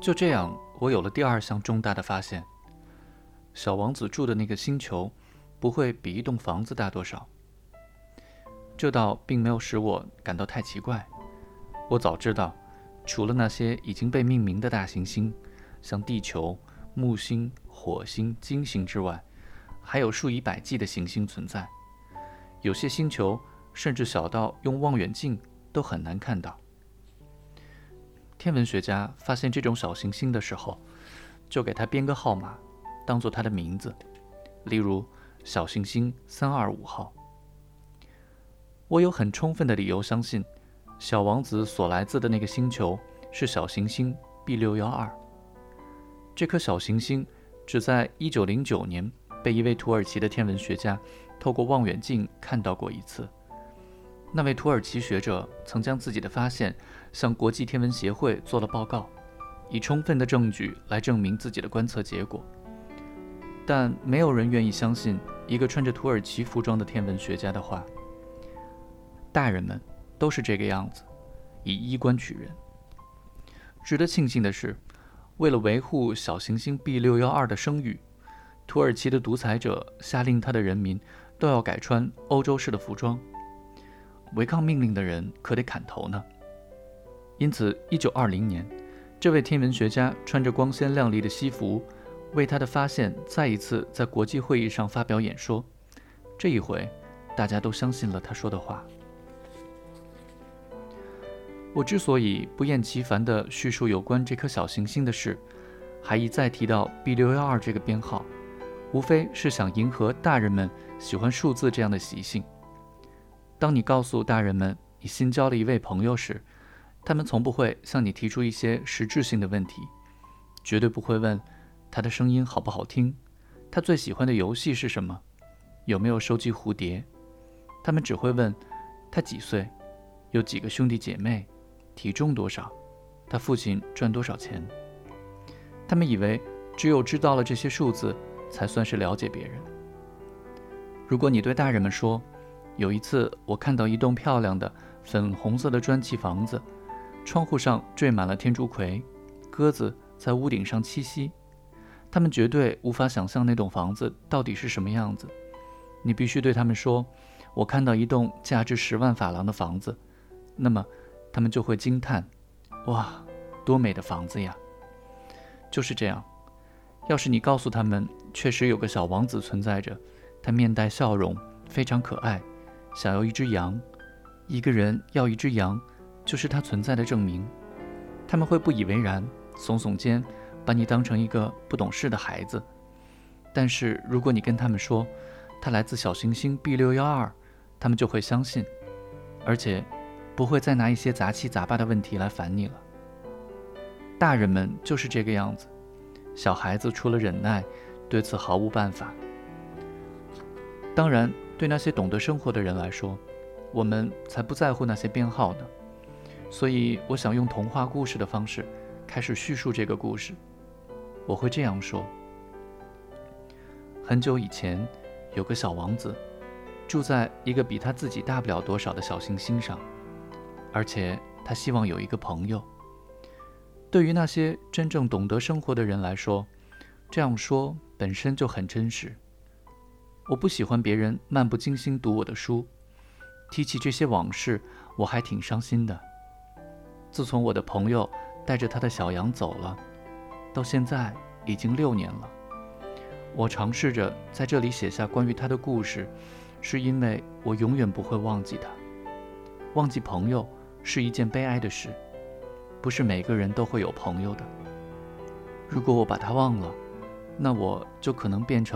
就这样，我有了第二项重大的发现：小王子住的那个星球不会比一栋房子大多少。这倒并没有使我感到太奇怪。我早知道，除了那些已经被命名的大行星，像地球、木星、火星、金星之外，还有数以百计的行星存在。有些星球甚至小到用望远镜都很难看到。天文学家发现这种小行星的时候，就给它编个号码，当作它的名字，例如小行星325号。我有很充分的理由相信，小王子所来自的那个星球是小行星 B612。这颗小行星只在1909年被一位土耳其的天文学家透过望远镜看到过一次。那位土耳其学者曾将自己的发现向国际天文协会做了报告，以充分的证据来证明自己的观测结果。但没有人愿意相信一个穿着土耳其服装的天文学家的话。大人们都是这个样子，以衣冠取人。值得庆幸的是，为了维护小行星 B612 的声誉，土耳其的独裁者下令他的人民都要改穿欧洲式的服装。违抗命令的人可得砍头呢。因此1920年，这位天文学家穿着光鲜亮丽的西服，为他的发现再一次在国际会议上发表演说。这一回，大家都相信了他说的话。我之所以不厌其烦地叙述有关这颗小行星的事，还一再提到 B612 这个编号，无非是想迎合大人们喜欢数字这样的习性。当你告诉大人们你新交了一位朋友时，他们从不会向你提出一些实质性的问题，绝对不会问他的声音好不好听，他最喜欢的游戏是什么，有没有收集蝴蝶。他们只会问他几岁，有几个兄弟姐妹，体重多少，他父亲赚多少钱。他们以为只有知道了这些数字，才算是了解别人。如果你对大人们说，有一次我看到一栋漂亮的粉红色的砖砌房子，窗户上缀满了天竺葵，鸽子在屋顶上栖息，他们绝对无法想象那栋房子到底是什么样子。你必须对他们说，我看到一栋价值10万法郎的房子，那么他们就会惊叹，哇，多美的房子呀。就是这样，要是你告诉他们确实有个小王子存在着，他面带笑容，非常可爱，想要一只羊，一个人要一只羊就是他存在的证明，他们会不以为然，耸耸肩，把你当成一个不懂事的孩子。但是如果你跟他们说他来自小行星 B612， 他们就会相信，而且不会再拿一些杂七杂八的问题来烦你了。大人们就是这个样子，小孩子除了忍耐，对此毫无办法。当然，对那些懂得生活的人来说，我们才不在乎那些编号呢。所以我想用童话故事的方式开始叙述这个故事。我会这样说：很久以前，有个小王子，住在一个比他自己大不了多少的小行星上，而且他希望有一个朋友。对于那些真正懂得生活的人来说，这样说本身就很真实。我不喜欢别人漫不经心读我的书，提起这些往事，我还挺伤心的。自从我的朋友带着他的小羊走了，到现在已经6年了。我尝试着在这里写下关于他的故事，是因为我永远不会忘记他。忘记朋友是一件悲哀的事，不是每个人都会有朋友的。如果我把他忘了，那我就可能变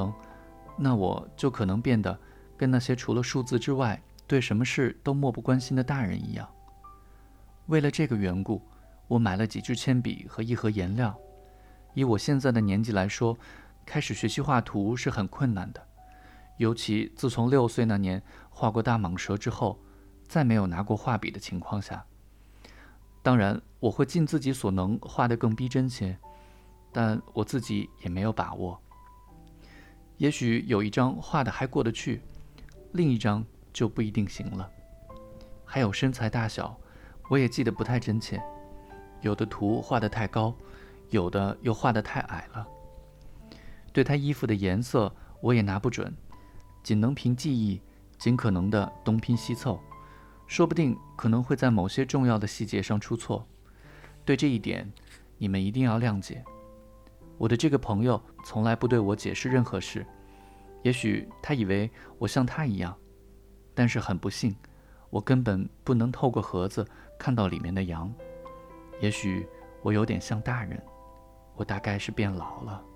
得跟那些除了数字之外对什么事都漠不关心的大人一样。为了这个缘故，我买了几支铅笔和一盒颜料。以我现在的年纪来说，开始学习画图是很困难的，尤其自从6岁那年画过大蟒蛇之后，再没有拿过画笔的情况下。当然，我会尽自己所能画得更逼真些，但我自己也没有把握。也许有一张画得还过得去，另一张就不一定行了。还有身材大小，我也记得不太真切，有的图画得太高， 有的又画得太矮了。对他衣服的颜色我也拿不准，仅能凭记忆尽可能的东拼西凑，说不定可能会在某些重要的细节上出错。对这一点，你们一定要谅解。我的这个朋友从来不对我解释任何事，也许他以为我像他一样，但是很不幸，我根本不能透过盒子看到里面的羊。也许我有点像大人，我大概是变老了。